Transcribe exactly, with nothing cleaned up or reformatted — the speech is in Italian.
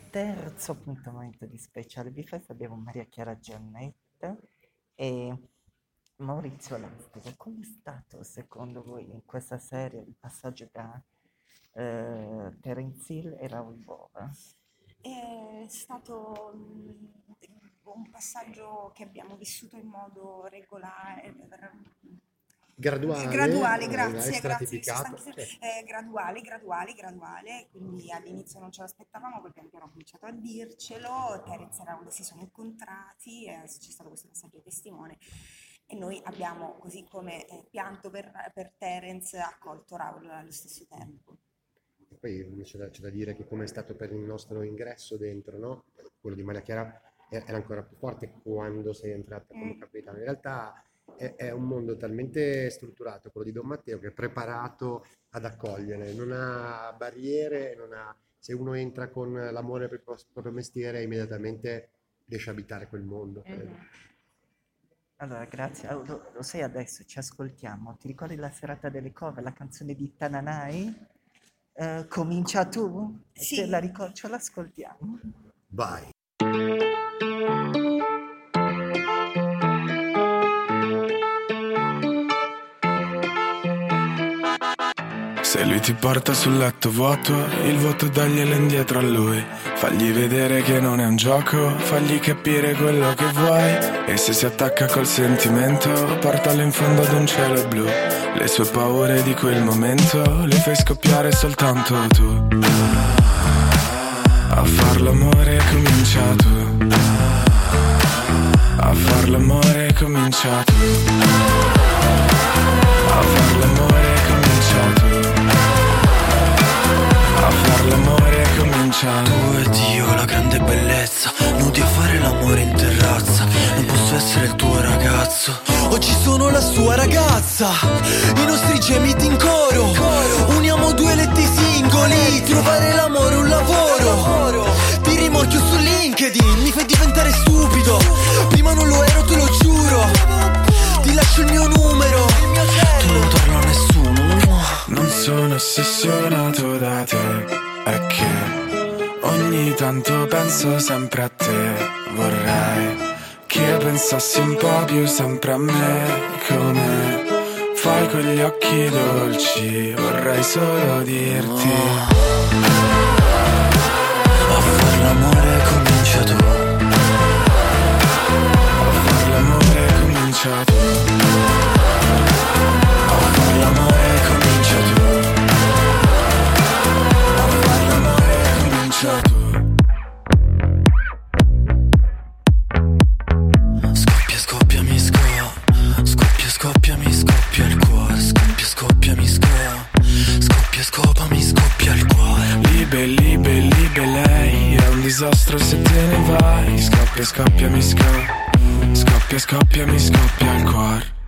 terzo appuntamento di Speciale Bifest abbiamo Maria Chiara Giannetta e Maurizio Lastico. Com'è stato secondo voi in questa serie il passaggio da eh, Terence Hill e Raoul Bova? È stato mm, un passaggio che abbiamo vissuto in modo regolare, Graduale, graduale, eh, grazie, grazie, stratificato, sostanti- sì. eh, graduale, graduale, graduale, quindi all'inizio non ce l'aspettavamo, poi piano piano ho cominciato a dircelo, Terence e Raoul si sono incontrati, e c'è stato questo passaggio di testimone e noi abbiamo, così come eh, pianto per, per Terence, accolto Raoul allo stesso tempo. E poi c'è da, c'è da dire che come è stato per il nostro ingresso dentro, no? Quello di Maria Chiara era ancora più forte quando sei entrata come Mm. capitano. In realtà è, è un mondo talmente strutturato, quello di Don Matteo, che è preparato ad accogliere, non ha barriere, non ha... se uno entra con l'amore per il pro- proprio mestiere, immediatamente riesce a abitare quel mondo. credo. Mhm. Allora, grazie. Ah, lo, lo sai adesso, ci ascoltiamo. Ti ricordi la serata delle cover, la canzone di Tananai? Eh, comincia tu? Sì. Te la ricordo, ce l'ascoltiamo. Vai. Se lui ti porta sul letto vuoto, il vuoto daglielo indietro a lui. Fagli vedere che non è un gioco, fagli capire quello che vuoi. E se si attacca col sentimento, portalo in fondo ad un cielo blu. Le sue paure di quel momento, le fai scoppiare soltanto tu. A far l'amore comincia tu. A far l'amore comincia tu. A far l'amore comincia tu. A far l'amore comincia Tu ed io, la grande bellezza, nudi a fare l'amore in terrazza. Non posso essere il tuo ragazzo, oggi sono la sua ragazza. I nostri gemiti in coro, uniamo due letti singoli. Trovare l'amore un lavoro, ti rimorchio su LinkedIn, mi fai diventare stupido. Prima non lo ero, te lo giuro. Ti lascio il mio numero, tu non darlo a nessuno. Non sono ossessionato da te, è che ogni tanto penso sempre a te. Vorrei che pensassi un po' più sempre a me, come fai con gli occhi dolci. Vorrei solo dirti A far l'amore comincia tu. a far l'amore comincia tu. A far l'amore comincia tu. A far l'amore comincia tu. Scoppia, scoppia, mi scoppia. Scoppia, scoppia, mi scoppia il cuore. Scoppia, scoppia, mi scoppia. Scoppia, scopa, mi scoppia il cuore. Libe, libe, libe lei, è un disastro se te ne vai. Scoppia, scoppia, mi scoppia. Scoppia, scoppia, mi scoppia il cuore.